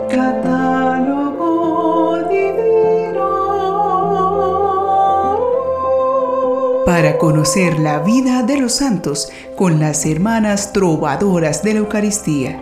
Catálogo divino. Para conocer la vida de los santos con las hermanas trovadoras de la Eucaristía.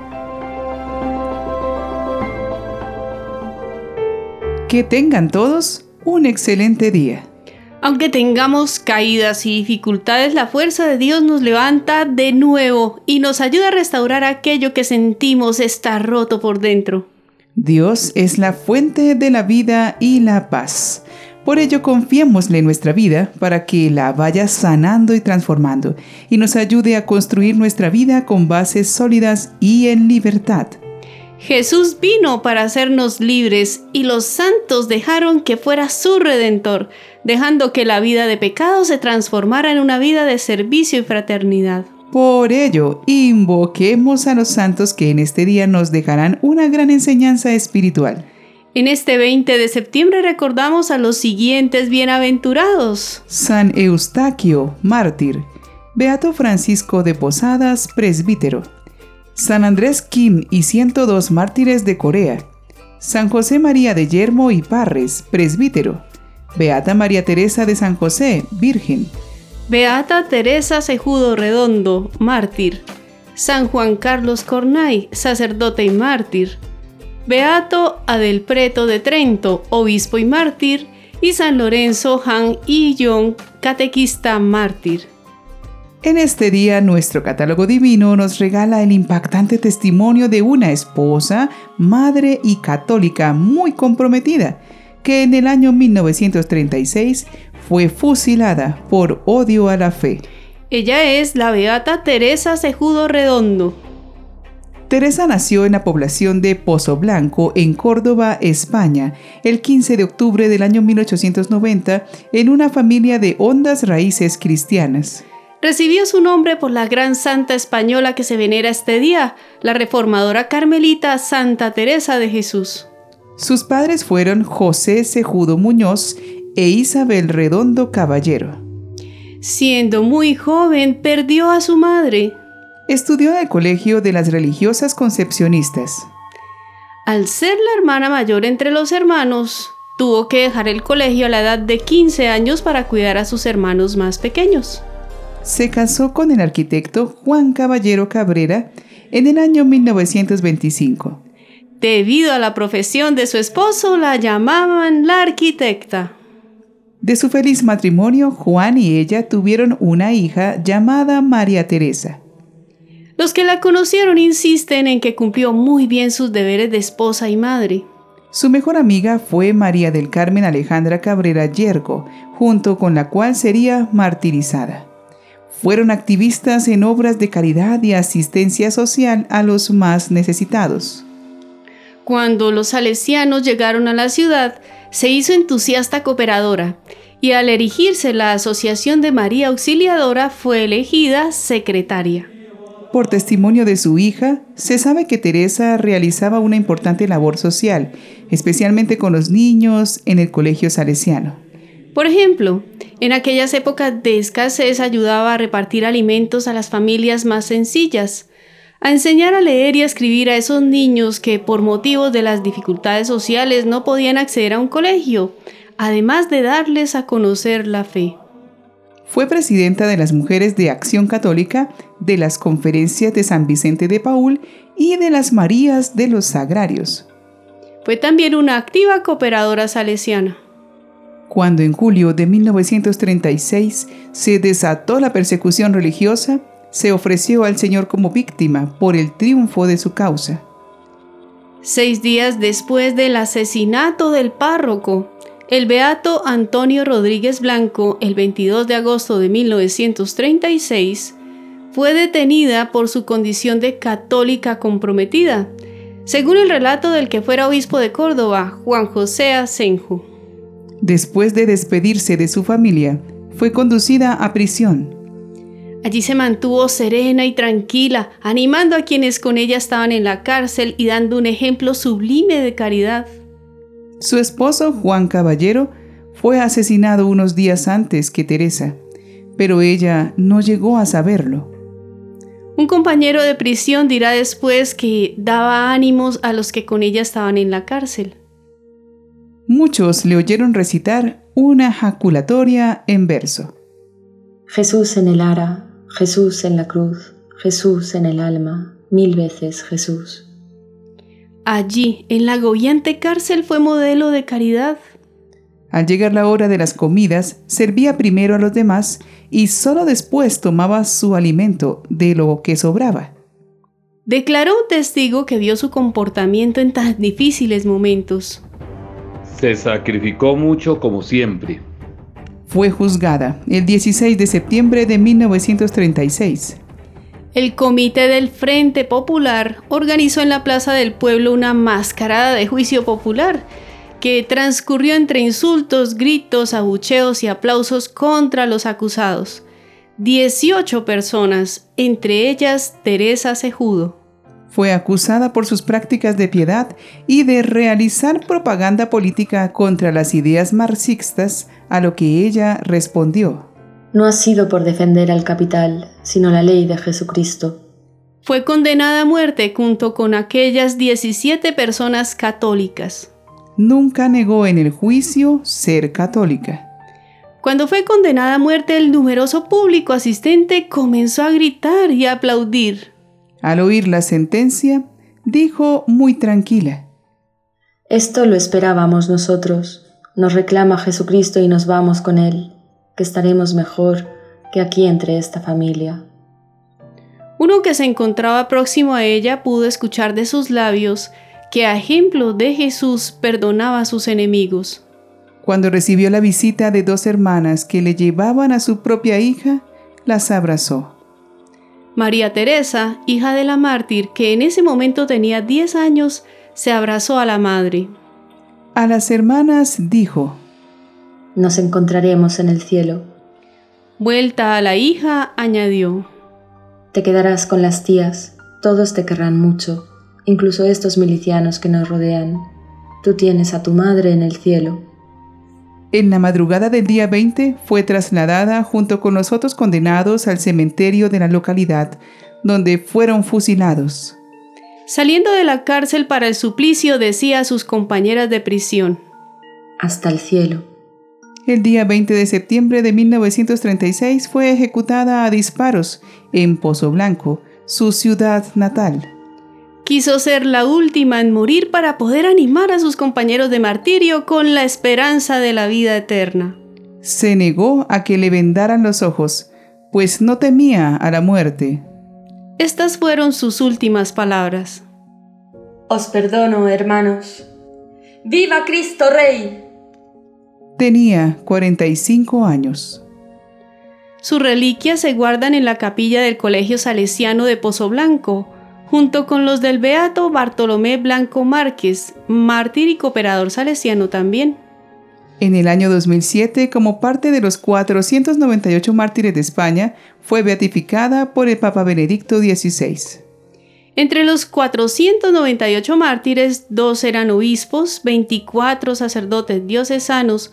Que tengan todos un excelente día. Aunque tengamos caídas y dificultades, la fuerza de Dios nos levanta de nuevo y nos ayuda a restaurar aquello que sentimos está roto por dentro. Dios es la fuente de la vida y la paz. Por ello confiémosle nuestra vida para que la vaya sanando y transformando y nos ayude a construir nuestra vida con bases sólidas y en libertad. Jesús vino para hacernos libres y los santos dejaron que fuera su Redentor, dejando que la vida de pecado se transformara en una vida de servicio y fraternidad. Por ello, invoquemos a los santos que en este día nos dejarán una gran enseñanza espiritual. En este 20 de septiembre recordamos a los siguientes bienaventurados: San Eustaquio, mártir. Beato Francisco de Posadas, presbítero. San Andrés Kim y 102 mártires de Corea. San José María de Yermo y Parres, presbítero. Beata María Teresa de San José, virgen. Beata Teresa Cejudo Redondo, mártir. San Juan Carlos Cornay, sacerdote y mártir. Beato Adelpreto de Trento, obispo y mártir. Y San Lorenzo Han Y-Yong, catequista mártir. En este día, nuestro catálogo divino nos regala el impactante testimonio de una esposa, madre y católica muy comprometida, que en el año 1936 fue fusilada por odio a la fe. Ella es la Beata Teresa Cejudo Redondo. Teresa nació en la población de Pozoblanco, en Córdoba, España, el 15 de octubre del año 1890, en una familia de hondas raíces cristianas. Recibió su nombre por la gran santa española que se venera este día, la reformadora carmelita Santa Teresa de Jesús. Sus padres fueron José Cejudo Muñoz e Isabel Redondo Caballero. Siendo muy joven, perdió a su madre. Estudió en el colegio de las religiosas concepcionistas. Al ser la hermana mayor entre los hermanos, tuvo que dejar el colegio a la edad de 15 años para cuidar a sus hermanos más pequeños. Se casó con el arquitecto Juan Caballero Cabrera en el año 1925. Debido a la profesión de su esposo, la llamaban la arquitecta. De su feliz matrimonio, Juan y ella tuvieron una hija llamada María Teresa. Los que la conocieron insisten en que cumplió muy bien sus deberes de esposa y madre. Su mejor amiga fue María del Carmen Alejandra Cabrera Yergo, junto con la cual sería martirizada. Fueron activistas en obras de caridad y asistencia social a los más necesitados. Cuando los salesianos llegaron a la ciudad, se hizo entusiasta cooperadora y al erigirse la Asociación de María Auxiliadora fue elegida secretaria. Por testimonio de su hija, se sabe que Teresa realizaba una importante labor social, especialmente con los niños en el colegio salesiano. Por ejemplo, en aquellas épocas de escasez ayudaba a repartir alimentos a las familias más sencillas, a enseñar a leer y a escribir a esos niños que por motivos de las dificultades sociales no podían acceder a un colegio, además de darles a conocer la fe. Fue presidenta de las Mujeres de Acción Católica, de las Conferencias de San Vicente de Paúl y de las Marías de los Sagrarios. Fue también una activa cooperadora salesiana. Cuando en julio de 1936 se desató la persecución religiosa, se ofreció al Señor como víctima por el triunfo de su causa. 6 días después del asesinato del párroco, el beato Antonio Rodríguez Blanco, el 22 de agosto de 1936, fue detenida por su condición de católica comprometida, según el relato del que fuera obispo de Córdoba, Juan José Asenjo. Después de despedirse de su familia, fue conducida a prisión. Allí se mantuvo serena y tranquila, animando a quienes con ella estaban en la cárcel y dando un ejemplo sublime de caridad. Su esposo, Juan Caballero, fue asesinado unos días antes que Teresa, pero ella no llegó a saberlo. Un compañero de prisión dirá después que daba ánimos a los que con ella estaban en la cárcel. Muchos le oyeron recitar una jaculatoria en verso. Jesús en el ara, Jesús en la cruz, Jesús en el alma, 1000 veces Jesús. Allí, en la agobiante cárcel, fue modelo de caridad. Al llegar la hora de las comidas, servía primero a los demás y solo después tomaba su alimento de lo que sobraba. Declaró un testigo que vio su comportamiento en tan difíciles momentos. Se sacrificó mucho como siempre. Fue juzgada el 16 de septiembre de 1936. El Comité del Frente Popular organizó en la Plaza del Pueblo una mascarada de juicio popular que transcurrió entre insultos, gritos, abucheos y aplausos contra los acusados. 18 personas, entre ellas Teresa Cejudo. Fue acusada por sus prácticas de piedad y de realizar propaganda política contra las ideas marxistas, a lo que ella respondió: No ha sido por defender al capital, sino la ley de Jesucristo. Fue condenada a muerte junto con aquellas 17 personas católicas. Nunca negó en el juicio ser católica. Cuando fue condenada a muerte, el numeroso público asistente comenzó a gritar y a aplaudir. Al oír la sentencia, dijo muy tranquila: Esto lo esperábamos nosotros. Nos reclama Jesucristo y nos vamos con Él, que estaremos mejor que aquí entre esta familia. Uno que se encontraba próximo a ella pudo escuchar de sus labios que a ejemplo de Jesús perdonaba a sus enemigos. Cuando recibió la visita de 2 hermanas que le llevaban a su propia hija, las abrazó. María Teresa, hija de la mártir, que en ese momento tenía 10 años, se abrazó a la madre. A las hermanas dijo: Nos encontraremos en el cielo. Vuelta a la hija, añadió: Te quedarás con las tías, todos te querrán mucho, incluso estos milicianos que nos rodean. Tú tienes a tu madre en el cielo. En la madrugada del día 20 fue trasladada junto con los otros condenados al cementerio de la localidad, donde fueron fusilados. Saliendo de la cárcel para el suplicio, decía a sus compañeras de prisión: Hasta el cielo. El día 20 de septiembre de 1936 fue ejecutada a disparos en Pozoblanco, su ciudad natal. Quiso ser la última en morir para poder animar a sus compañeros de martirio con la esperanza de la vida eterna. Se negó a que le vendaran los ojos, pues no temía a la muerte. Estas fueron sus últimas palabras. Os perdono, hermanos. ¡Viva Cristo Rey! Tenía 45 años. Sus reliquias se guardan en la capilla del Colegio Salesiano de Pozoblanco, junto con los del beato Bartolomé Blanco Márquez, mártir y cooperador salesiano también. En el año 2007, como parte de los 498 mártires de España, fue beatificada por el Papa Benedicto XVI. Entre los 498 mártires, 2 eran obispos, 24 sacerdotes diocesanos,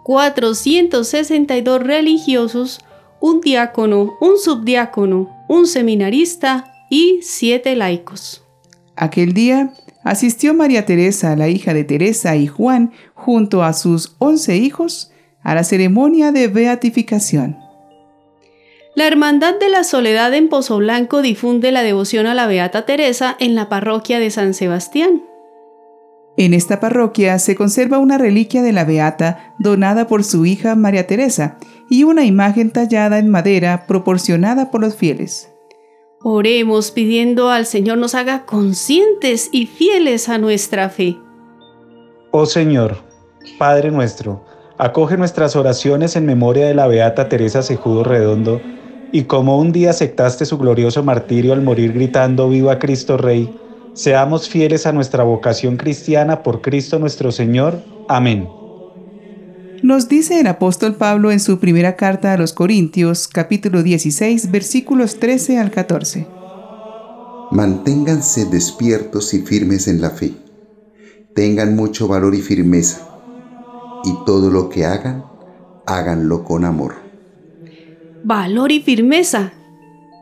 462 religiosos, un diácono, un subdiácono, un seminarista y 7 laicos. Aquel día asistió María Teresa, la hija de Teresa y Juan, junto a sus 11 hijos, a la ceremonia de beatificación. La Hermandad de la Soledad en Pozoblanco difunde la devoción a la Beata Teresa en la parroquia de San Sebastián. En esta parroquia se conserva una reliquia de la Beata donada por su hija María Teresa y una imagen tallada en madera proporcionada por los fieles. Oremos pidiendo al Señor nos haga conscientes y fieles a nuestra fe. Oh Señor, Padre nuestro, acoge nuestras oraciones en memoria de la Beata Teresa Cejudo Redondo, y como un día aceptaste su glorioso martirio al morir gritando «Viva Cristo Rey», seamos fieles a nuestra vocación cristiana por Cristo nuestro Señor. Amén. Nos dice el apóstol Pablo en su primera carta a los Corintios, capítulo 16, versículos 13 al 14. Manténganse despiertos y firmes en la fe. Tengan mucho valor y firmeza. Y todo lo que hagan, háganlo con amor. Valor y firmeza.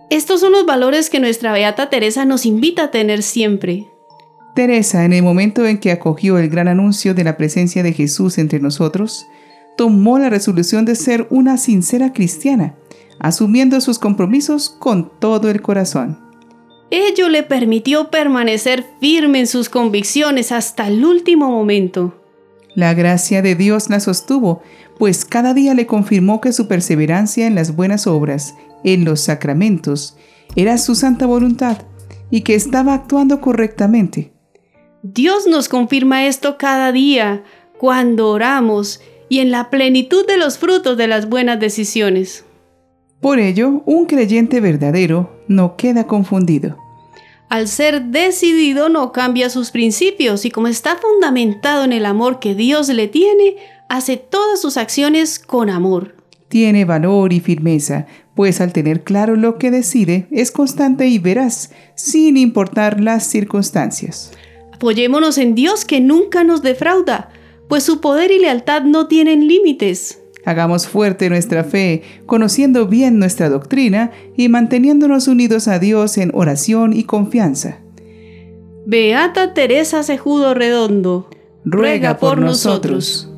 Estos son los valores que nuestra Beata Teresa nos invita a tener siempre. Teresa, en el momento en que acogió el gran anuncio de la presencia de Jesús entre nosotros, tomó la resolución de ser una sincera cristiana, asumiendo sus compromisos con todo el corazón. Ello le permitió permanecer firme en sus convicciones hasta el último momento. La gracia de Dios la sostuvo, pues cada día le confirmó que su perseverancia en las buenas obras, en los sacramentos, era su santa voluntad y que estaba actuando correctamente. Dios nos confirma esto cada día, cuando oramos y en la plenitud de los frutos de las buenas decisiones. Por ello, un creyente verdadero no queda confundido. Al ser decidido no cambia sus principios y como está fundamentado en el amor que Dios le tiene, hace todas sus acciones con amor. Tiene valor y firmeza, pues al tener claro lo que decide, es constante y veraz, sin importar las circunstancias. Apoyémonos en Dios que nunca nos defrauda, pues su poder y lealtad no tienen límites. Hagamos fuerte nuestra fe, conociendo bien nuestra doctrina y manteniéndonos unidos a Dios en oración y confianza. Beata Teresa Cejudo Redondo, ruega por nosotros.